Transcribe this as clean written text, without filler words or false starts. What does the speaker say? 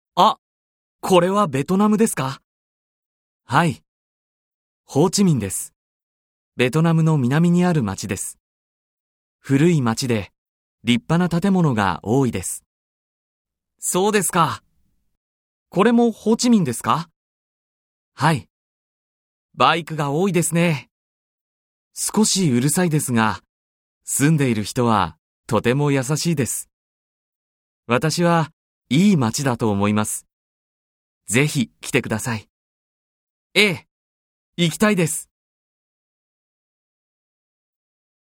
あ、これはベトナムですか？はい。ホーチミンです。ベトナムの南にある町です。古い町で立派な建物が多いです。そうですか。これもホーチミンですか？はい。バイクが多いですね。少しうるさいですが、住んでいる人はとても優しいです。私はいい町だと思います。ぜひ来てください。ええ、行きたいです。